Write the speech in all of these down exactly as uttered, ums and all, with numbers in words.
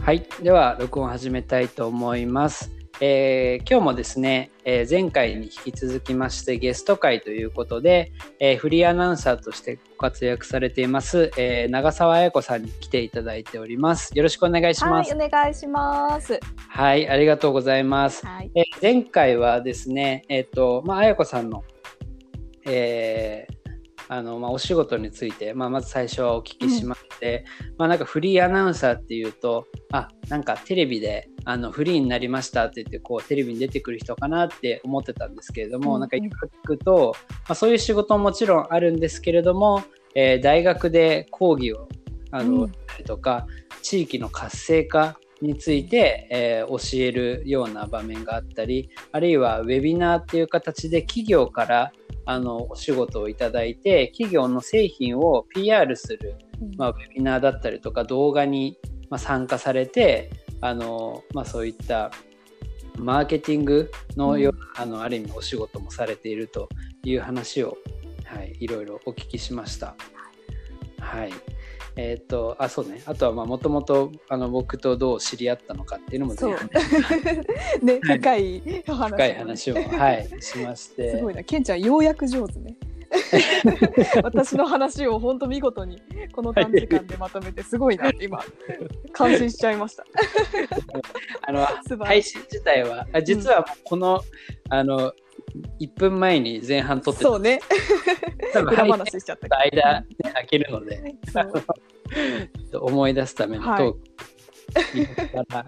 はい、では録音始めたいと思います。えー、今日もですね、えー、前回に引き続きましてゲスト会ということで、えー、フリーアナウンサーとしてご活躍されています、えー、長澤彩子さんに来ていただいております。よろしくお願いします。 はい、お願いします。 はい、ありがとうございます。 はい、 えー、前回はですね、えっと、まあ、彩子さんの、えーあのまあ、お仕事について、まあ、まず最初はお聞きしまして、うんまあ、なんかフリーアナウンサーっていうと、あ、なんかテレビであのフリーになりましたって言ってこうテレビに出てくる人かなって思ってたんですけれども、うん、なんかよく聞くと、まあ、そういう仕事ももちろんあるんですけれども、えー、大学で講義をあの、うん、たりとか地域の活性化について、えー、教えるような場面があったり、あるいはウェビナーっていう形で企業からあのお仕事をいただいて企業の製品を ピーアール する、まあ、ウェビナーだったりとか動画に、まあ、参加されてあの、まあ、そういったマーケティングのような、うん、あのある意味お仕事もされているという話を、はい、いろいろお聞きしました。はいえー、とあそうね、あとはもともと僕とどう知り合ったのかっていうのもそうね、深い話、 深い話を、はい、しましてすごいな、ケンちゃんようやく上手ね私の話を本当見事にこの短時間でまとめてすごいなって今感心しちゃいましたあの配信自体は実はこの、うん、あのいっぷんまえに前半撮ってた。 そうね多分裏話しちゃった間、ね、開けるので思い出すためのトーク、はい、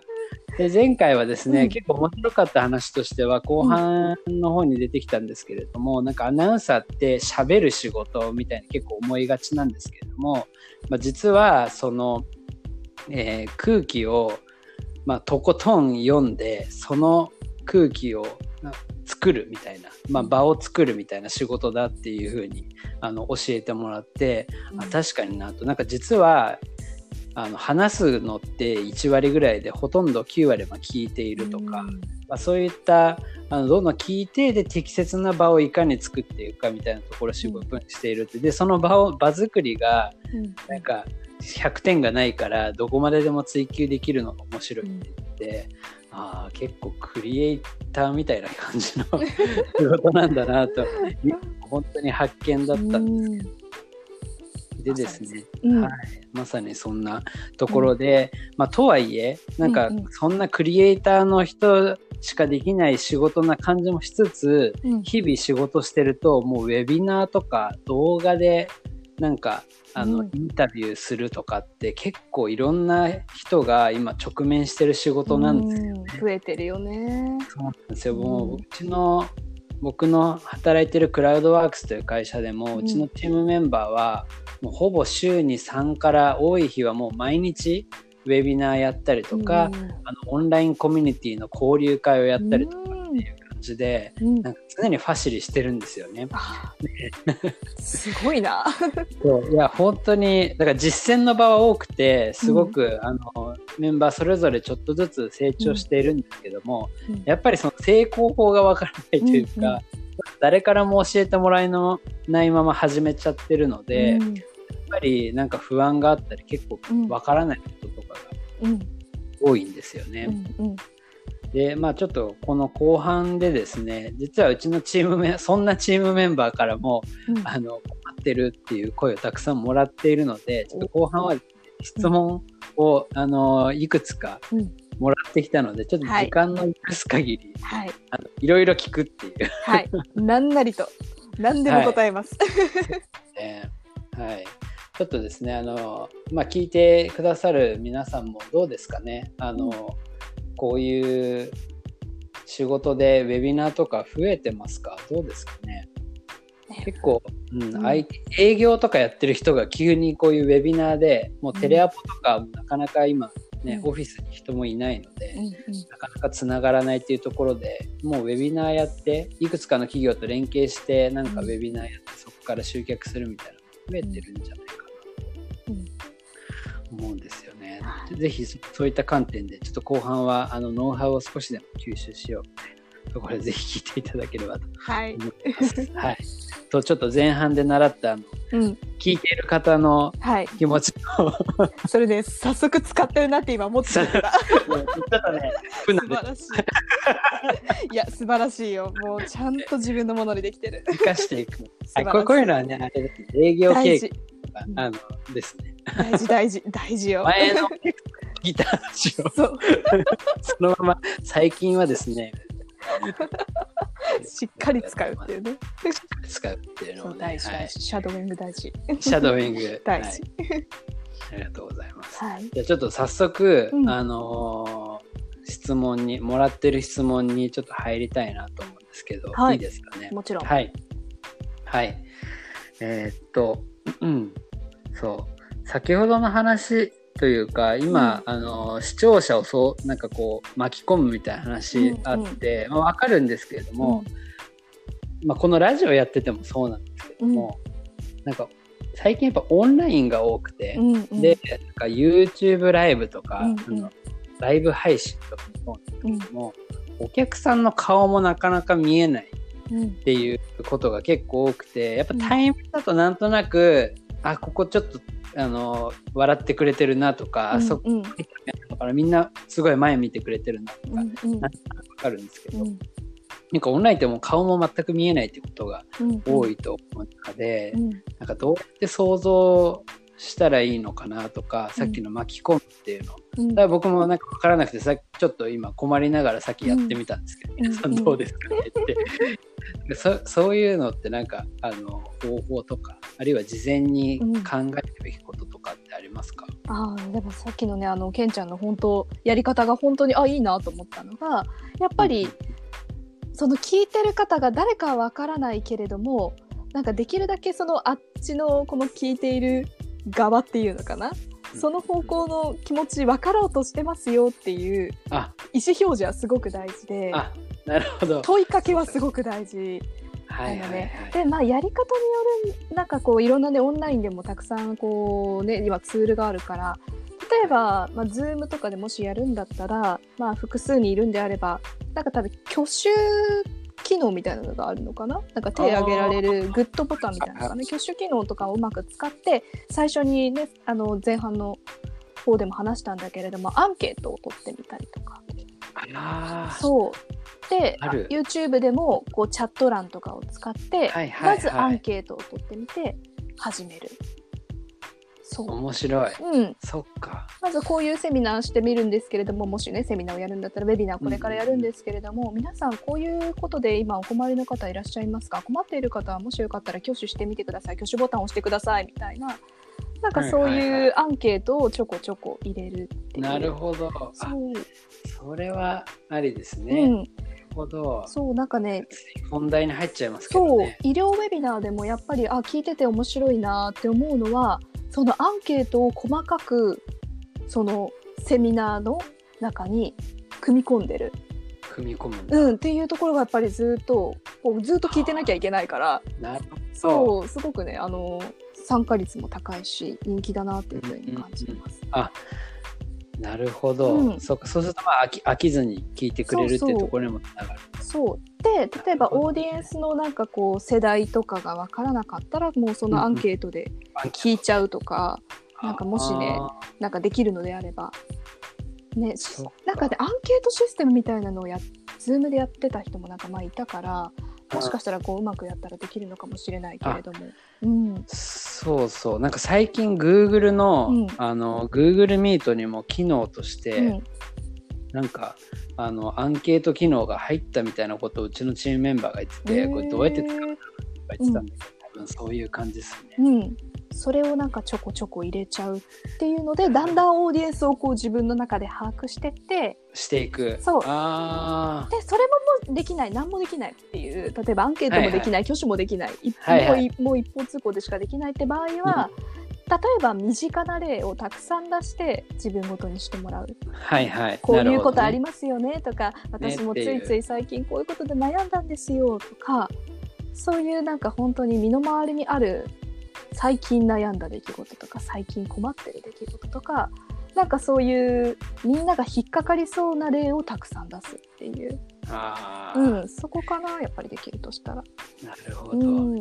で前回はですね、うん、結構面白かった話としては後半の方に出てきたんですけれども、うん、なんかアナウンサーって喋る仕事みたいに結構思いがちなんですけれども、まあ、実はその、えー、空気を、まあ、とことん読んでその空気を作るみたいな、まあ、場を作るみたいな仕事だっていう風にあの教えてもらって、うん、あ確かになと、なんか実はあの話すのっていちわりぐらいでほとんどきゅうわりは聞いているとか、うんまあ、そういったあのどんどん聞いてで適切な場をいかに作っていくかみたいなところを仕事にしているって、うん、でその場を場作りがなんかひゃくてんがないからどこまででも追求できるのが面白いって言って、うん、あ結構クリエイターみたいな感じの仕事なんだなと本当に発見だったんですけど、うん、でですね、うんはい、まさにそんなところで、うんまあ、とはいえなんかそんなクリエイターの人しかできない仕事な感じもしつつ、うん、日々仕事してるともうウェビナーとか動画でなんかあの、うん、インタビューするとかって結構いろんな人が今直面してる仕事なんですよね。 うん、増えてるよね。 そうなんですよ。もううちの僕の働いてるクラウドワークスという会社でも、うん、うちのチームメンバーはもうほぼ週にさんから多い日はもう毎日ウェビナーやったりとか、うん、あのオンラインコミュニティの交流会をやったりとかっていう感じで、うん、なんか常にファシリしてるんですよね。 すごいなそういや本当にだから実践の場は多くてすごく、うん、あのメンバーそれぞれちょっとずつ成長しているんですけども、うん、やっぱりその成功法がわからないというか、うんうん、誰からも教えてもらえないまま始めちゃってるので、うん、やっぱりなんか不安があったり結構わからないこととかが多いんですよね。うんうんでまあ、ちょっとこの後半でですね実はうちのチームメそんなチームメンバーからも、うん、あの困ってるっていう声をたくさんもらっているのでちょっと後半は質問を、うん、あのいくつかもらってきたのでちょっと時間の許す限り、はい、あのいろいろ聞くっていうはい何なりと何でも答えます、 はいねはい、ちょっとですねあの、まあ、聞いてくださる皆さんもどうですかねあの、うんこういう仕事でウェビナーとか増えてますか？どうですかね？結構、うんうん、営業とかやってる人が急にこういうウェビナーでもうテレアポとかもなかなか今ね、うん、オフィスに人もいないので、うんうん、なかなかつながらないっていうところでもうウェビナーやっていくつかの企業と連携してなんかウェビナーやってそこから集客するみたいなのが増えてるんじゃないかなと思うんですよね。ぜひそういった観点でちょっと後半はあのノウハウを少しでも吸収しようみたいなところでぜひ聞いていただければと思います。はい、はい、 とちょっと前半で習ったあの、うん、聞いている方の気持ちを、はい、 それで早速使ってるなって今思ってたちょっとね素晴らしいいや素晴らしいよ。もうちゃんと自分のものにできてる。 生かしていくはい、こ, こういうのはねあれですね営業経験とかあのですね大事大事大事よ。 前のギター話をそ, そのまま最近はですねしっかり使うっていうね。 使うっていうのを、ね、 大事大事、はい、シャドウィング大事。 シャドウィング大事、 はい。ありがとうございます。 はい、 じゃあちょっと早速、うん、あのー、質問にもらってる質問にちょっと入りたいなと思うんですけど、はい、いいですかね。 もちろん。 はいはい。えー、っとうんそう先ほどの話というか今、うん、あの視聴者をそうなんかこう巻き込むみたいな話あって、うんうんまあ、分かるんですけれども、うんまあ、このラジオやっててもそうなんですけども、うん、なんか最近やっぱオンラインが多くて、うんうん、でなんか YouTube ライブとか、うんうん、あのライブ配信とかもそうなんですけども、うん、お客さんの顔もなかなか見えないっていうことが結構多くてやっぱ対面だとなんとなく、うん、あここちょっとあの笑ってくれてるなとか、うんうん、そこからみんなすごい前見てくれてるなとか、うんうん、なんとなく分かるんですけど、うん、なんかオンラインってもう顔も全く見えないってことが多いと思う中で、うんうん、なんかどうやって想像したらいいのかなとか、さっきの巻き込むっていうの、うん、だから僕もなんか分からなくてさちょっと今困りながらさっきやってみたんですけど、うん、皆さんどうですかねってそ, そういうのってなんかあの方法とかあるいは事前に考えるべきこととかってありますか？ うん、あでもさっきのねあのケンちゃんの本当やり方が本当にあいいなと思ったのがやっぱり、うん、その聞いてる方が誰かはわからないけれどもなんかできるだけそのあっちのこの聞いている側っていうのかな、うん、その方向の気持ち分かろうとしてますよっていう意思表示はすごく大事で、 あなるほど問いかけはすごく大事なのね。でまあやり方によるなんかこういろんなねオンラインでもたくさんこうね今ツールがあるから例えば、まあ、Zoom とかでもしやるんだったら、まあ、複数にいるんであればなんか多分挙手機能みたいなのがあるのかな、なんか手挙げられるグッドボタンみたいなのがね挙手機能とかをうまく使って最初にねあの前半の方でも話したんだけれどもアンケートを取ってみたりとか、 あそうで YouTube でもこうチャット欄とかを使って、はいはいはい、まずアンケートを取ってみて始める。 そう面白い、 うん、 そっか。 まずこういうセミナーしてみるんですけれどももしねセミナーをやるんだったらウェビナーこれからやるんですけれども、うん、皆さんこういうことで今お困りの方いらっしゃいますか、困っている方はもしよかったら挙手してみてください、挙手ボタンを押してくださいみたいななんかそういうアンケートをちょこちょこ入れるっていう、 なるほど、 そうそれはありですね、うん、なるほど。 そうなんかね本題に入っちゃいますけどね。 そう医療ウェビナーでもやっぱりあ聞いてて面白いなって思うのはそのアンケートを細かくそのセミナーの中に組み込んでる組み込むんだ、 うん、っていうところがやっぱりずっとこうずっと聞いてなきゃいけないからなるほどそうすごくねあの参加率も高いし人気だなっていうふうに感じてます、 うんうん、あなるほど、うん、そうかそうするとまあ飽き、飽きずに聞いてくれるっていうところにもつながる。 そうで例えばオーディエンスのなんかこう世代とかが分からなかったらもうそのアンケートで聞いちゃうとか、うん、なんかもしねなんかできるのであればねなんかねアンケートシステムみたいなのをや Zoom でやってた人もなんかまあいたからもしかしたらこううまくやったらできるのかもしれないけれども、うん、 そうそうなんか最近 Google の、うん、あの Google Meet にも機能として、うん、なんかあのアンケート機能が入ったみたいなことをうちのチームメンバーが言ってて、これどうやって使うのかとか言ってたんだけど、うん、多分そういう感じですね、 うん、それをなんかちょこちょこ入れちゃうっていうのでだんだんオーディエンスをこう自分の中で把握してってしていく。 そうあでそれももうできない何もできないっていう例えばアンケートもできない、はいはい、挙手もできない一方、はいはい、もう一方通行でしかできないって場合は、うん例えば身近な例をたくさん出して自分ごとにしてもらう、 はいはい、 こういうことありますよねとか、ね、私もついつい最近こういうことで悩んだんですよとかそういうなんか本当に身の回りにある最近悩んだ出来事とか最近困ってる出来事とかなんかそういうみんなが引っかかりそうな例をたくさん出すっていうあ、 うん、そこかなやっぱりできるとしたら。 なるほど、うん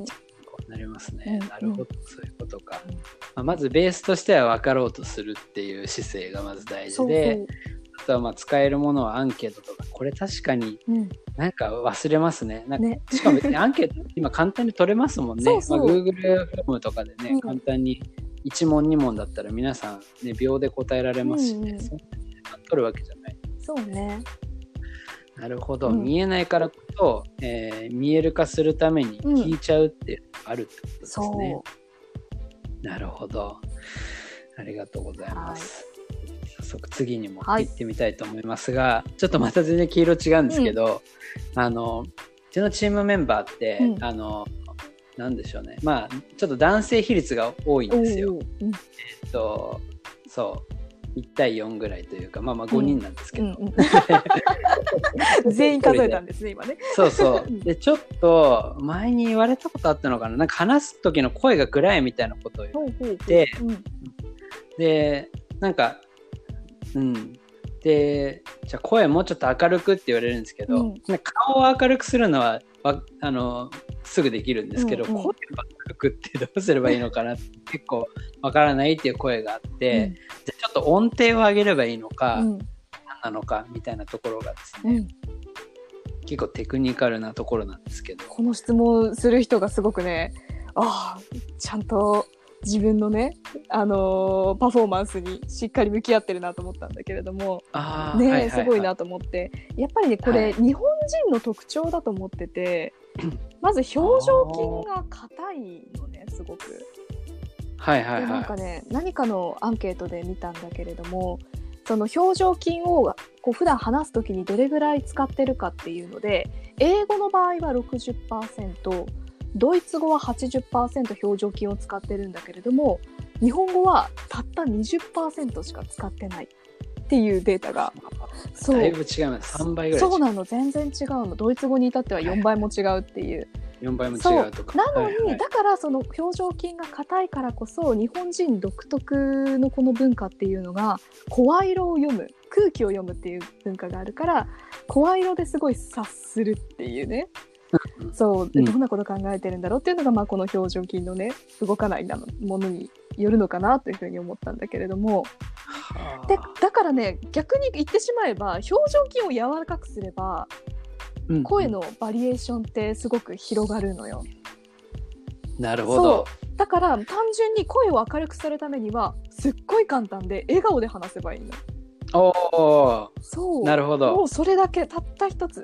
うなりますね、 うん、 なるほど、そういうことか、うんまあ、まずベースとしては分かろうとするっていう姿勢がまず大事で、そうそう、あとはまあ使えるものはアンケートとか、これ確かになんか忘れますね、なんかね、しかも別にアンケート今簡単に取れますもんね。そうそう、まあ、Google フォームとかでね、うん、簡単にいち問に問だったら皆さん、ね、秒で答えられますしね、うんうん、そんなに取るわけじゃない。 そうね。 なるほど、うん、見えないからこそ、えー、見える化するために聞いちゃうっていうのがあるってことですね、うん、そうなるほど、ありがとうございます、はい、早速次にも行ってみたいと思いますが、はい、ちょっとまた全然黄色違うんですけど、うん、あのうちのチームメンバーって、うん、あのなんでしょうね、まあちょっと男性比率が多いんですよ、うん、えー、っとそういち対よんぐらいというか、まあまあごにんなんですけど、うんうんうん、全員数えたんですね今ね。 そうそうでちょっと前に言われたことあったのかな、なんか話す時の声が暗いみたいなことを言って、うん、でなんかうんでじゃあ声もうちょっと明るくって言われるんですけど、うん、顔を明るくするのはあのすぐできるんですけど、うんうん、声を明るくってどうすればいいのかなって結構わからないっていう声があって、うん、じゃあちょっと音程を上げればいいのか、うん、何なのかみたいなところがですね、うん、結構テクニカルなところなんですけど、 この質問する人がすごくね、ああちゃんと自分のね、あのー、パフォーマンスにしっかり向き合ってるなと思ったんだけれども、あね、はいはいはい、すごいなと思って、やっぱりねこれ、はい、日本人の特徴だと思っててまず表情筋が硬いのね、すごく。 はいはいはい、 でなんかね、何かのアンケートで見たんだけれども、その表情筋をこう普段話すときにどれぐらい使ってるかっていうので、英語の場合は ろくじゅっパーセント、ドイツ語は はちじゅっパーセント 表情筋を使ってるんだけれども、日本語はたった にじゅっパーセント しか使ってないっていうデータが、 そうだいぶ違います。さんばいぐらい違う。 そうなの、全然違うの。ドイツ語に至ってはよんばいも違うっていう、はい、 よんばいも違うとか。 なのに、はいはい、だからその表情筋が硬いからこそ、日本人独特のこの文化っていうのが、声色を読む、空気を読むっていう文化があるから、声色ですごい察するっていうねそうで、どんなこと考えてるんだろうっていうのが、まあ、この表情筋のね動かないものによるのかなというふうに思ったんだけれども、でだからね、逆に言ってしまえば表情筋を柔らかくすれば、うん、声のバリエーションってすごく広がるのよ。 なるほど。 そうだから単純に声を明るくするためにはすっごい簡単で、笑顔で話せばいいの。 おー、 そう、 なるほど。 もうそれだけ、たった一つ。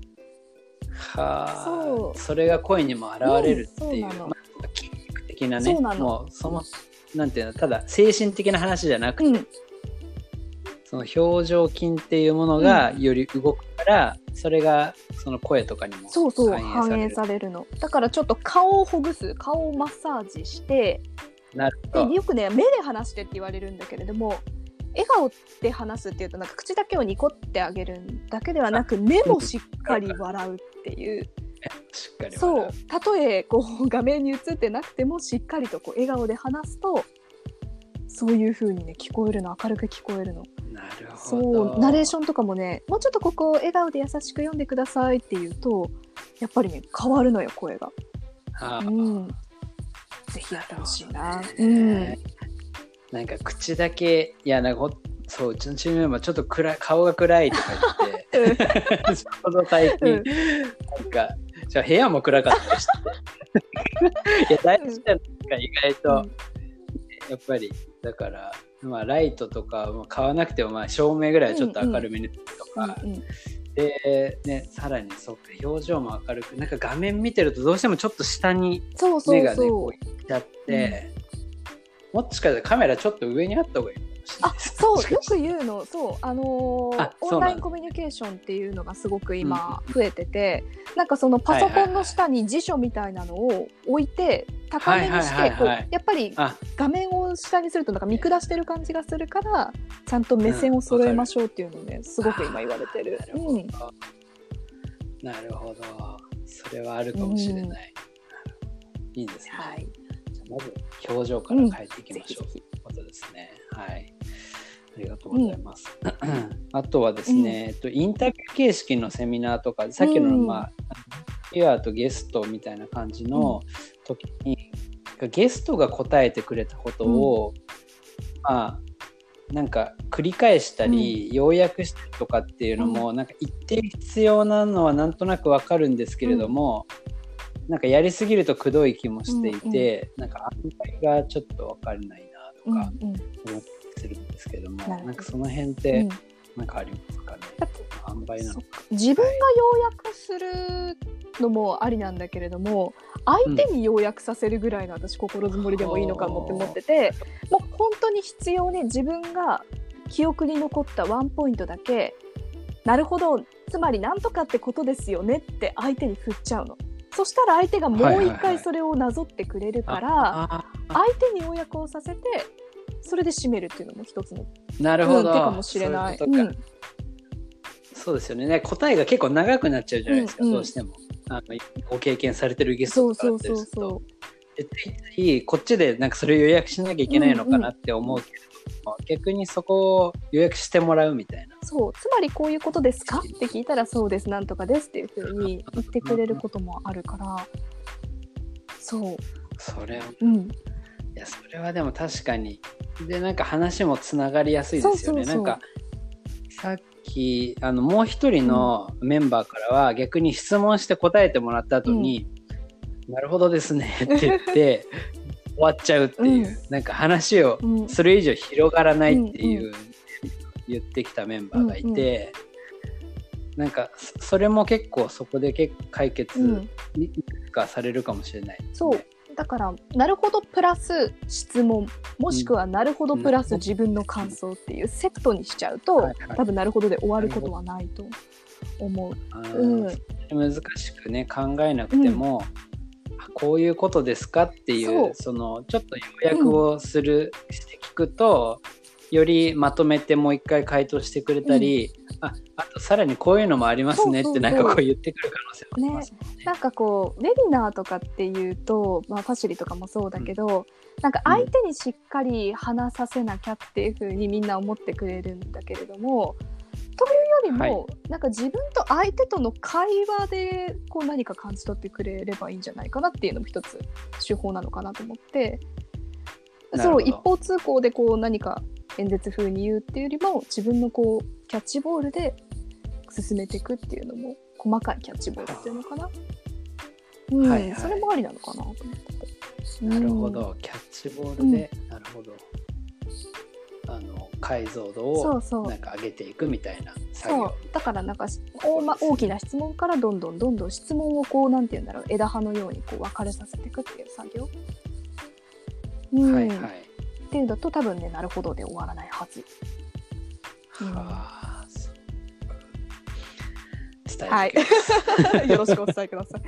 はあ、そう、それが声にも現れるっていう、うん、そうなの、まあ、筋肉的なね、 そうなの、 もうそのなんていうの、ただ精神的な話じゃなくて、うん、その表情筋っていうものがより動くから、うん、それがその声とかにもそうそう反映されるの。だからちょっと顔をほぐす、顔をマッサージして、 なるほど。 でよくね、目で話してって言われるんだけれども、笑顔で話すっていうと、なんか口だけをニコってあげるだけではなく、目もしっかり笑うっていうしっかり笑う。 そう、たとえこう画面に映ってなくてもしっかりとこう笑顔で話すと、そういう風にね聞こえるの、明るく聞こえるの。 なるほど。 そうナレーションとかもね、もうちょっとここ笑顔で優しく読んでくださいって言うと、やっぱりね変わるのよ、声が。はあ、うん、ぜひやってほしいな。うん。 なんか口だけ、いやなんかそう、うちのチームメンバーちょっと暗い、顔が暗いとか言ってちょうど最近、うん、なんかじゃあ部屋も暗かったりしていや大事じゃないですか、意外と、うん、やっぱりだから、まあ、ライトとかも買わなくても、まあ照明ぐらいはちょっと明るめにとか、うんうん、で、ね、さらにそうか、表情も明るく、なんか画面見てるとどうしてもちょっと下に目がねこういっちゃって、うん、もしかしたらカメラちょっと上にあった方がいい。 あ、そうよく言うの。そう、あのー、オンラインコミュニケーションっていうのがすごく今増えてて、うん、なんかそのパソコンの下に辞書みたいなのを置いて高めにしてこうやっぱり画面を下にするとなんか見下してる感じがするから、ちゃんと目線を揃えましょうっていうのをね、すごく今言われてる。 うん、なるほど、それはあるかもしれない。うん、いいですね。はい、じゃあまず表情から変えていきましょう、うん、ということですね。はい、ありがとうございます。うん、あとはですね、うん、えっと、インタビュー形式のセミナーとか、さっきの、まあ、ピュアとゲストみたいな感じの時にゲストが答えてくれたことを、うん、まあなんか繰り返したり、うん、要約したりとかっていうのも、うん、なんか一定必要なのはなんとなくわかるんですけれども、うん、なんかやりすぎるとくどい気もしていて、うんうん、なんか塩梅がちょっとわからないなとか思ってするんですけども、うんうん、なんかその辺ってなんかありますかね、うん、塩梅なのか。 自分が要約するのもありなんだけれども、相手に要約させるぐらいの私心づもりでもいいのかもって思ってて、うん、もう本当に必要に自分が記憶に残ったワンポイントだけ、なるほど、つまりなんとかってことですよねって相手に振っちゃうの。そしたら相手がもう一回それをなぞってくれるから、はいはいはい、相手に要約をさせてそれで締めるっていうのも一つのなるほど、 うん、手かもしれない。 そういうことか、うん、そうですよね。答えが結構長くなっちゃうじゃないですか、うんうん、どうしてもあのご経験されてるゲストとかだったりすると、こっちでなんかそれを予約しなきゃいけないのかなって思うけれども、うんうん、逆にそこを予約してもらうみたいな。 そう、つまりこういうことですかって聞いたら、そうです、なんとかですっていうふうに言ってくれることもあるから、そうそれは、 うん、いやそれはでも確かにで、なんか話もつながりやすいですよね。そうそうそう、なんかさっきあのもう一人のメンバーからは、逆に質問して答えてもらった後に、うん、なるほどですねって言って終わっちゃうっていう、うん、なんか話をそれ以上広がらないっていう、うんうん、言ってきたメンバーがいて、うんうん、なんかそれも結構そこで結構解決がされるかもしれないですね。 そうだからなるほどプラス質問、もしくはなるほどプラス自分の感想っていうセットにしちゃうと、うん、多分なるほどで終わることはないと思う、うん、 難しくね考えなくても、うん、こういうことですかっていう、 そ, そのちょっと要約をする、うん、して聞くとよりまとめてもう一回回答してくれたり、うん、あ, あとさらにこういうのもありますねってなんかこう言ってくる可能性もありますもんね。 ね、なんかこうウェビナーとかっていうと、まあ、ファシリとかもそうだけど、うん、なんか相手にしっかり話させなきゃっていう風にみんな思ってくれるんだけれども、というよりも、はい、なんか自分と相手との会話でこう何か感じ取ってくれればいいんじゃないかなっていうのも一つ手法なのかなと思って、そう一方通行でこう何か演説風に言うっていうよりも、自分のこうキャッチボールで進めていくっていうのも、細かいキャッチボールっていうのかな、うん、はいはい、それもありなのかなと思ってて。 なるほど、うん、キャッチボールで、うん、なるほど、あの解像度をなんか上げていくみたいな作業。 そうだからなんか大, ま、大きな質問からどんどんどんどん質問をこうなんていうんだろう、枝葉のようにこう分かれさせていくっていう作業、うん、はいはいっていうのだと多分ね、なるほどで終わらないはず。 うん、はあ、伝えてはい、よろしくお伝えください。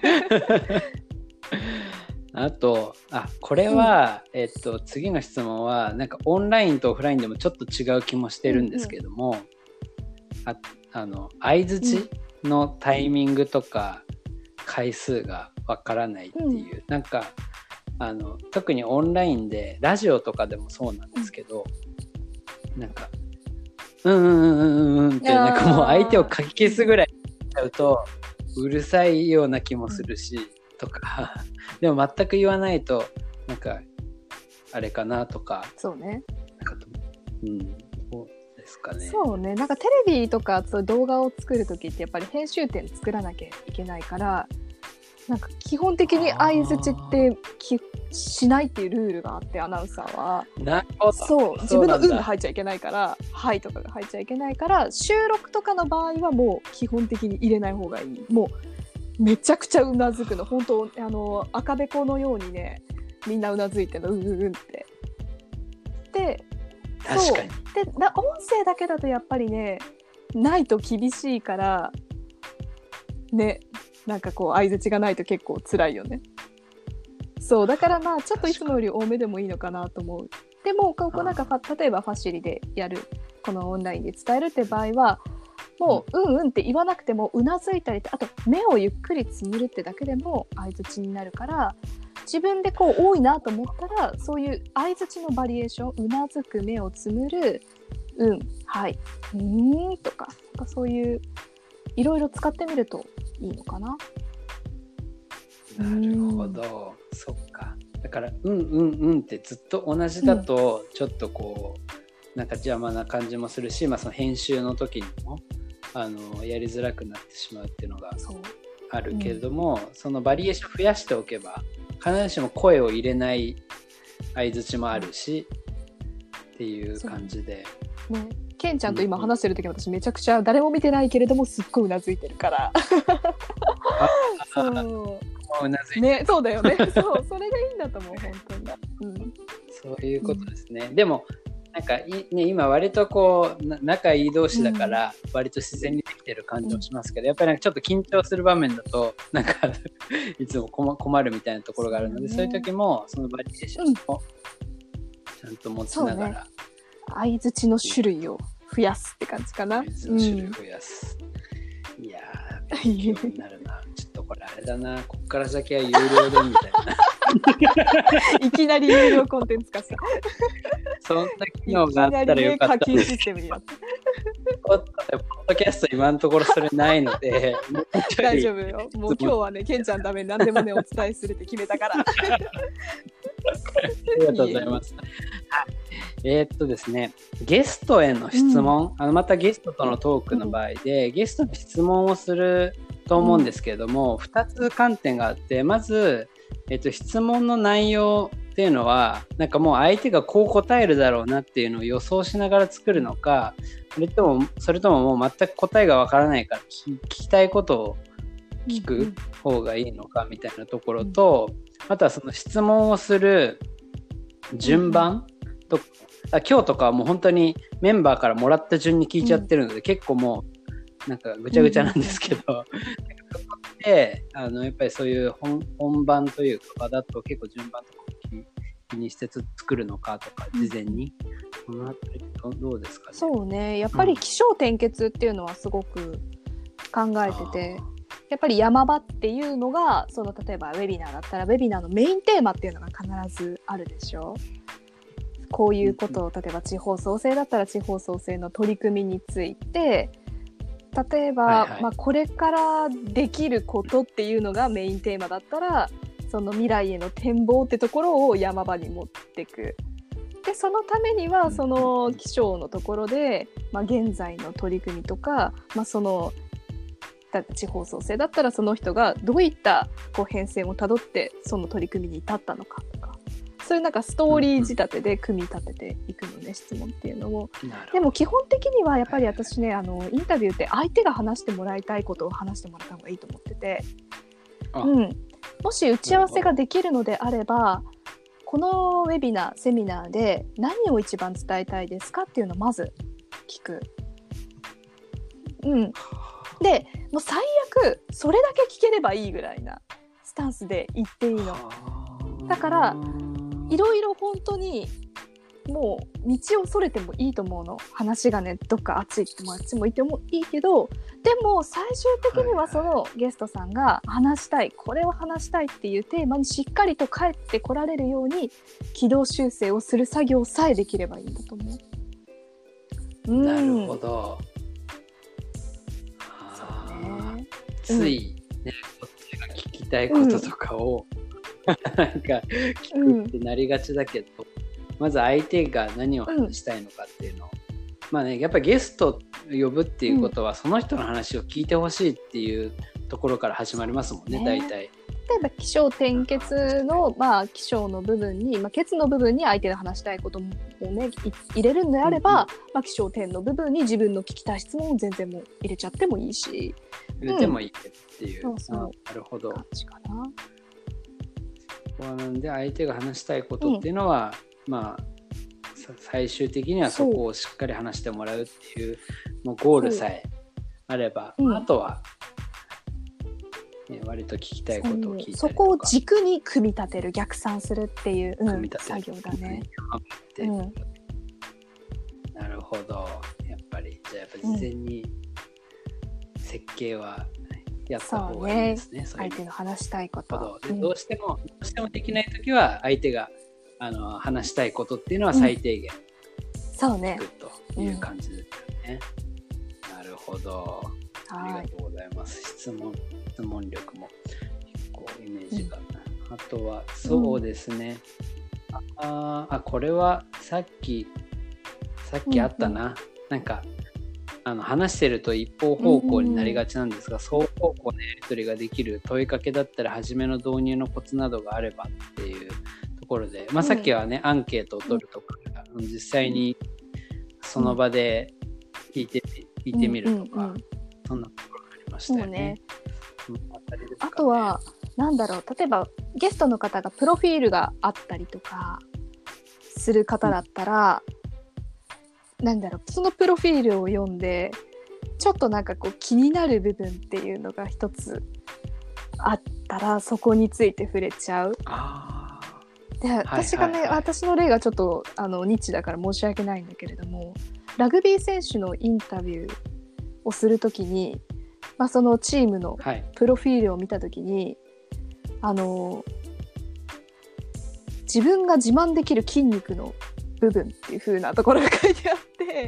あと、あ、これは、うん、えっと、次の質問はなんかオンラインとオフラインでもちょっと違う気もしてるんですけども、うんうん、あ, あの相槌のタイミングとか回数がわからないっていう、うん、なんかあの特にオンラインでラジオとかでもそうなんですけど、うん、なんかうんうんうんうんうんってなんかもう相手をかき消すぐらいしちゃうとうるさいような気もするし、うん、とかでも全く言わないとなんかあれかなとか。 そうね。 なんかうんそうですかね。 そうね。なんかテレビとかそう動画を作るときってやっぱり編集点作らなきゃいけないから。なんか基本的に相槌ってきしないっていうルールがあって、アナウンサーはなるほど。 そう自分の運が入っちゃいけないから、はいとかが入っちゃいけないから、収録とかの場合はもう基本的に入れない方がいい。もうめちゃくちゃうなずくの、本当あの赤べこのようにね、みんなうなずいてるの、うんうんうんってで、 確かにでな音声だけだとやっぱりねないと厳しいからね、なんかこう相槌がないと結構辛いよね。そうだからまあちょっといつもより多めでもいいのかなと思う。でもここなんか例えばファシリでやるこのオンラインで伝えるって場合はもううんうんって言わなくてもうなずいたり、あと目をゆっくりつむるってだけでも相槌になるから、自分でこう多いなと思ったらそういう相槌のバリエーション、うなずく、目をつむる、うんはいうーんとか、そういういろいろ使ってみるといいのかな。 なるほど、うん、そっか。だからうんうんうんってずっと同じだとちょっとこう、うん、なんか邪魔な感じもするし、まあ、その編集の時にもあのやりづらくなってしまうっていうのがあるけれども、うん、そのバリエーション増やしておけば必ずしも声を入れない相づちもあるしっていう感じで、 ね、ケンちゃんと今話してる時、うん、私めちゃくちゃ誰も見てないけれどもすっごいうなずいてるからそううなずいてる、 ね、そうだよねそうそれがいいんだと思う本当に、うん、 そういうことですね、うん、でもなんかい、ね、今割とこう仲いい同士だから割と自然にできてる感じもしますけど、うん、やっぱりなんかちょっと緊張する場面だとなんかいつも困るみたいなところがあるので、そう、ね、そういう時もそのバリエーションをちゃんと持ちながら、 うん、相づちの種類を増やすって感じかな。 相づちの種類増やす、うん、いやー勉強になるなちょっとこれあれだな、こっから先は有料でみたいないきなり有料コンテンツ化したそんな機能があったらよかった。 課金システムになってポッドキャスト今のところそれないので大丈夫よ。もう今日はね、ケンちゃんのために何でもねお伝えするって決めたからありがとうございます。えー、っとですね、ゲストへの質問、うん、あのまたゲストとのトークの場合で、うん、ゲストに質問をすると思うんですけれども、うん、ふたつ観点があって、まず、えっと、質問の内容っていうのはなんかもう相手がこう答えるだろうなっていうのを予想しながら作るのか、それともそれとももう全く答えがわからないから聞きたいことを聞く方がいいのかみたいなところと、うん、あとはその質問をする順番と、うん、今日とかはもう本当にメンバーからもらった順に聞いちゃってるので、うん、結構もうなんかぐちゃぐちゃなんですけど、うんであのやっぱりそういう 本, 本番というか場だと結構順番とか気にして作るのかとか事前に、うん、ど, どうですかね。 そうね、やっぱり起承転結っていうのはすごく考えてて、うん、やっぱり山場っていうのがその例えばウェビナーだったらウェビナーのメインテーマっていうのが必ずあるでしょ。こういうことを例えば地方創生だったら地方創生の取り組みについて例えば、はいはいまあ、これからできることっていうのがメインテーマだったらその未来への展望ってところを山場に持っていく。でそのためにはその気象のところで、まあ、現在の取り組みとか、まあ、その地方創生だったらその人がどういったこう変遷をたどってその取り組みに至ったのかとか、そういうなんかストーリー仕立てで組み立てていくのね、質問っていうのも。でも基本的にはやっぱり私ね、あのインタビューって相手が話してもらいたいことを話してもらった方がいいと思ってて、うん、もし打ち合わせができるのであればこのウェビナーセミナーで何を一番伝えたいですかっていうのをまず聞く。うんでもう最悪それだけ聞ければいいぐらいなスタンスで言っていいの。だからいろいろ本当にもう道をそれてもいいと思うの。話がねどっかあっち行ってもあっちも行ってもいいけど、でも最終的にはそのゲストさんが話したい、これを話したいっていうテーマにしっかりと帰ってこられるように軌道修正をする作業さえできればいいんだと思う。うん、 なるほど。そうね、つい、ね、こっちが聞きたいこととかを、うん、なんか聞くってなりがちだけど、うん、まず相手が何を話したいのかっていうのを、うん、まあね、やっぱりゲスト呼ぶっていうことは、うん、その人の話を聞いてほしいっていうところから始まりますもんね、大体。 例えば起承転結の、まあ、起承の部分に、まあ、結の部分に相手が話したいことを、ね、入れるんであれば、うんうんまあ、起承転の部分に自分の聞きたい質問を全然もう入れちゃってもいいし、 入れてもいいっていう、うん、 そうそうなるほど感じかな。 なんで相手が話したいことっていうのは、うん、まあ最終的にはそこをしっかり話してもらうっていうもうゴールさえあれば、うん、あとは、ね、割と聞きたいことを聞いたりとか、 そこを軸に組み立てる、逆算するっていう、うん、組み立てる作業だね、 うん、なるほど。やっぱりじゃあやっぱ事前に設計はやった方がいいですね。 そうね、相手の話したいこと、 でどうしても、うん、どうしてもできないときは相手があの話したいことっていうのは最低限、 うん、そうねという感じですよね、うん、なるほど。ありがとうございます。質問質問力も結構イメージが、うん、あとはそうですね、うん、ああこれはさっきさっきあったな、うんうん、なんかあの話してると一方方向になりがちなんですが、うんうん、双方向のやり取りができる問いかけだったら初めの導入のコツなどがあればっていうところで、まあ、さっきはね、うん、アンケートを取るとか、うん、実際にその場で聞いて、聞いてみるとか、うんうんうん、そんなところがありましたよね。 そうね、あとはなんだろう、例えばゲストの方がプロフィールがあったりとかする方だったら、うん、なんだろう、そのプロフィールを読んでちょっとなんかこう気になる部分っていうのが一つあったらそこについて触れちゃう。あで私がね、はいはいはい、私の例がちょっとあのニッチだから申し訳ないんだけれども、ラグビー選手のインタビューをするときに、まあ、そのチームのプロフィールを見たときに、はい、あの自分が自慢できる筋肉の部分っていう風なところが書いてあって、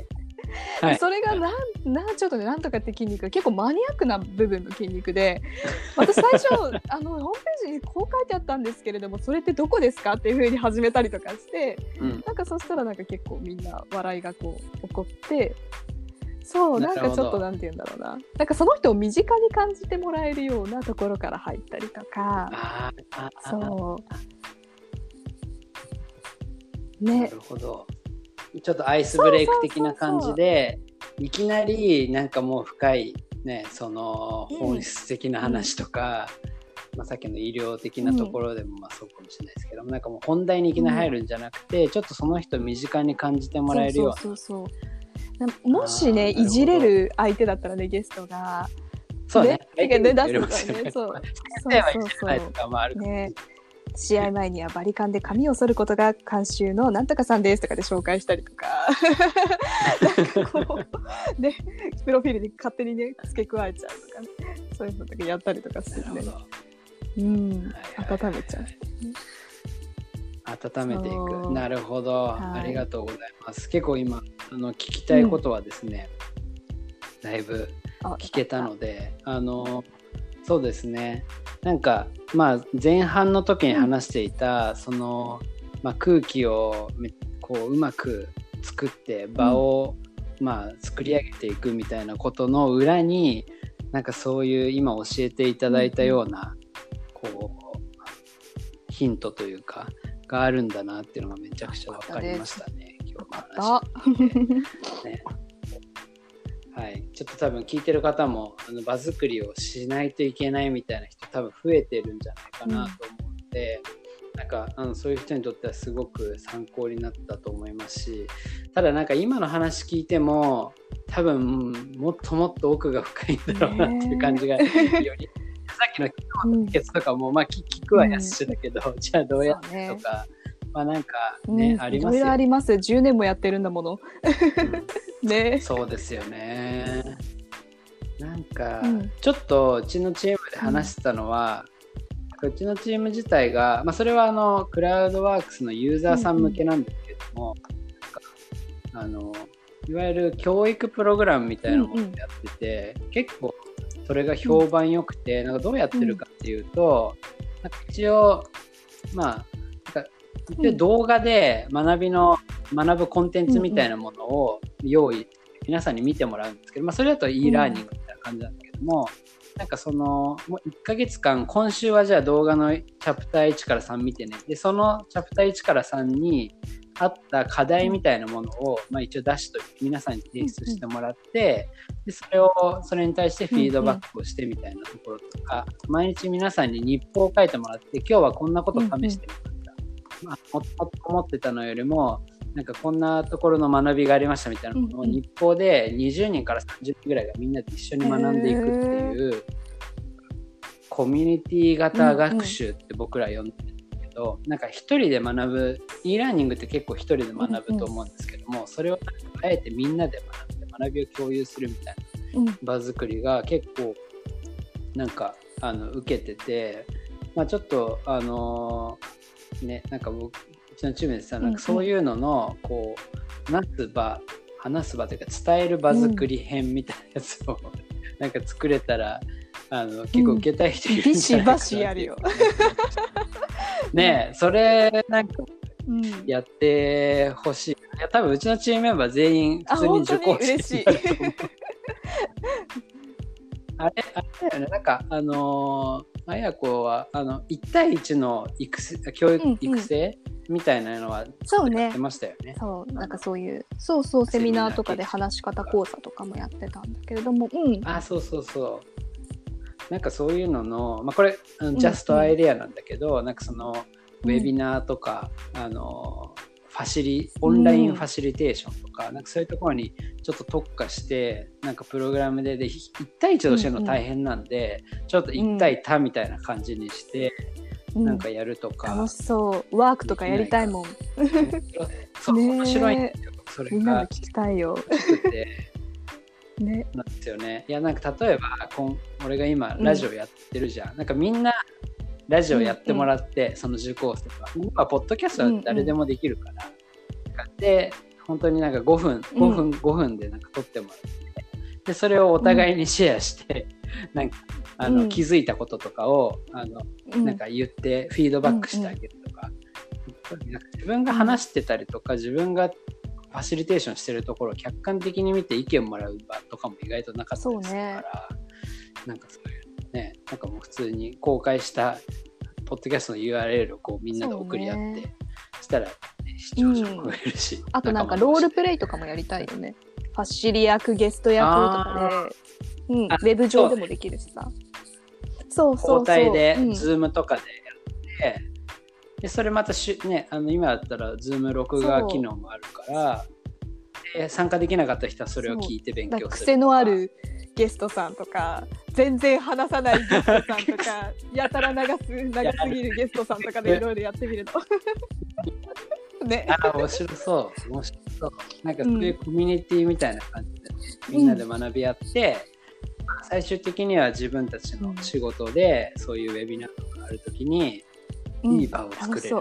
はい、それがなんなんちょっとね、なんとかって筋肉が結構マニアックな部分の筋肉で、私最初あのホームページにこう書いてあったんですけれども、それってどこですかっていう風に始めたりとかして、うん、なんかそしたらなんか結構みんな笑いがこう起こって、そうなんかちょっとなんて言うんだろうな、なんかその人を身近に感じてもらえるようなところから入ったりとか、ああそうね、 なるほど、ちょっとアイスブレイク的な感じで、そうそうそうそう、いきなりなんかもう深いね、その本質的な話とか、うん、まあ、さっきの医療的なところでもまあそうかもしれないですけども、うん、なんかもう本題にいきなり入るんじゃなくて、うん、ちょっとその人身近に感じてもらえるような、そうそうそうそう、もしねいじれる相手だったらね、ゲストがそうね、 ね、ね、出すからね、そうそうそうそうね、試合前にはバリカンで髪を剃ることが監修のなんとかさんですとかで紹介したりとかなんかこうね、プロフィールに勝手にね付け加えちゃうとかね、そういうのとかやったりとかしてね、うん、温めちゃう、 温めていく。なるほど、はい、ありがとうございます。結構今あの聞きたいことはですね、うん、だいぶ聞けたので、あのそうですね、なんかまあ前半の時に話していた、うん、その、まあ、空気をこううまく作って場を、うん、まあ、作り上げていくみたいなことの裏に、なんかそういう今教えていただいたような、うん、こうヒントというかがあるんだなっていうのがめちゃくちゃ分かりましたね、今日の話ね。はい、ちょっと多分聞いてる方もあの場作りをしないといけないみたいな人多分増えてるんじゃないかなと思うので、うん、なんかあのそういう人にとってはすごく参考になったと思いますし、ただなんか今の話聞いても多分もっともっと奥が深いんだろうなっていう感じがより、さっきの秘訣とかも、まあ、聞, 聞くはやすしだけど、うん、じゃあどうやってとか、まあなんかね、うん、ありますよね。いろいろあります。 じゅうねんもやってるんだもの。うん、ね。 そうですよね。なんか、うん、ちょっとうちのチームで話してたのは、うん、うちのチーム自体が、まあそれはあのクラウドワークスのユーザーさん向けなんですけども、うんうん、あのいわゆる教育プログラムみたいなものをやってて、うんうん、結構それが評判良くて、なんかどうやってるかっていうと、うん、なんか一応まあなんかで動画で学びの学ぶコンテンツみたいなものを用意、皆さんに見てもらうんですけど、まあ、それだと e ラーニングみたいな感じなんだけども、うん、なんかそのもういっかげつかん、今週はじゃあ動画のチャプターいちからさん見てね、でそのチャプターいちからさんにあった課題みたいなものを、まあ、一応出しといて皆さんに提出してもらって、でそれをそれに対してフィードバックをしてみたいなところとか、毎日皆さんに日報を書いてもらって、今日はこんなことを試してみました、まあ、もっと思ってたのよりもなんかこんなところの学びがありましたみたいなものを日報でにじゅうにんからさんじゅうにんぐらいがみんなで一緒に学んでいくっていうコミュニティ型学習って僕ら呼んでるんですけど、なんか一人で学ぶ e ラーニングって結構一人で学ぶと思うんですけども、それをあえてみんなで学んで学びを共有するみたいな場作りが結構なんかあの受けてて、まあちょっとあのーね、なんか僕うちのチームでさ、なんかそういうののこう話す場話す場というか伝える場作り編みたいなやつをなんか作れたらあの結構受けたい人いるんじゃないかな、うん、 ビシバシやるよねえ、それなんかやってほしい、うん、いや多分うちのチームメンバー全員普通に受講生になると思う。あれあれだよね、なんかあのー、あやこはあのいち対いちの育成教育、うんうん、育成みたいなのはやってましたよね。 そう、なんかそういうそうそうセミナーとかで話し方講座とかもやってたんだけれども、うん、 あ、そうそうそう、なんかそういうのの、まあ、これジャストアイデアなんだけど、うんうん、なんかそのウェビナーとか、うん、あのファシリオンラインファシリテーションとか、うん、なんかそういうところにちょっと特化してなんかプログラムででいち対いちとしての大変なんで、うんうん、ちょっといち対多みたいな感じにして、うん、なんかやるとか、 楽しそうワークとかやりたいもんそう、ね、面白いんですよそれが。 みんなで聞きたいよね、なんですよね。いやなんか例えばこん俺が今ラジオやってるじゃん、うん、なんかみんなラジオやってもらって、うんうん、その受講生は今ポッドキャストは誰でもできるから、うんうん、で本当になんかごふんごふん、うん、ごふんでなんか撮ってもらってでそれをお互いにシェアして、うん、なんかあの、うん、気づいたこととかをあの、うん、なんか言ってフィードバックしてあげるとか、うんうん、なんか自分が話してたりとか自分がファシリテーションしてるところを客観的に見て意見もらう場とかも意外となかったりするから、ね、なんかそういうね、なんかもう普通に公開したポッドキャストの ユーアールエル をこうみんなで送り合って、ね、したら、ね、視聴者も増えるし、うん、 あとなんかロールプレイとかもやりたいよね。ファッシリ役ゲスト役とかで、うん、ウェブ上でもできるしさ、そうそうそう交代で、うん、ズームとかでやって、でそれまたし、ね、あの今だったらズーム録画機能もあるからで参加できなかった人はそれを聞いて勉強するとか、 癖のあるゲストさんとか全然話さないゲストさんとかやたら長す長すぎるゲストさんとかでいろいろやってみるのね、 あ、面白そう面白そう、なんかそういうコミュニティみたいな感じで、うん、みんなで学び合って、うん、最終的には自分たちの仕事で、うん、そういうウェビナーとかあるときに、うん、いい場を作れる、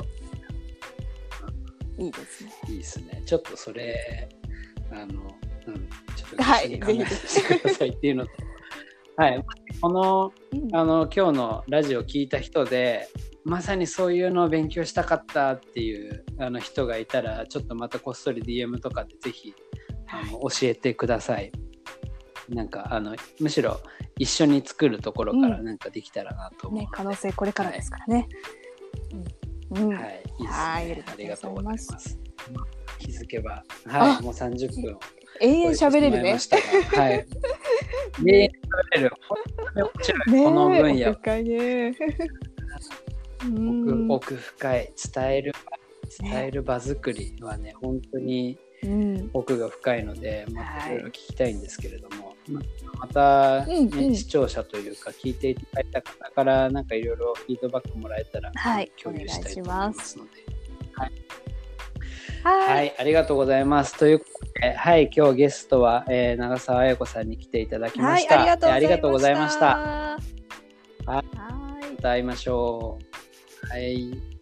うん、いいですね、 いいですね。ちょっとそれあの、うん、ちょっと一緒に考えてくださいっていうのと、はい、この、うん、あの今日のラジオを聞いた人でまさにそういうのを勉強したかったっていうあの人がいたらちょっとまたこっそり ディーエム とかでぜひあの教えてください。なんかあのむしろ一緒に作るところからなんかできたらなと思う、うんね、 可能性これからですからね、 はい、うん、はい、いいですね。はい、ありがとうございます。気づけば、はい、もうさんじゅっぷん永遠喋れるね。 はい。永遠喋れる。面白い、ね、この分野。 奥深いね。 奥, 奥深い伝える伝える場作りはね本当に奥が深いので、うん、まあ、いろいろ聞きたいんですけれども、はい、また、ね、うんうん、視聴者というか聞いていただいた方からなんかいろいろフィードバックもらえたら、 はい、 共有したいと思いますので、はい、 はいはい、ありがとうございます。ということで、はい、今日ゲストは、えー、長澤彩子さんに来ていただきました。 はい、ありがとうございました。 はい、また会いましょう。はい。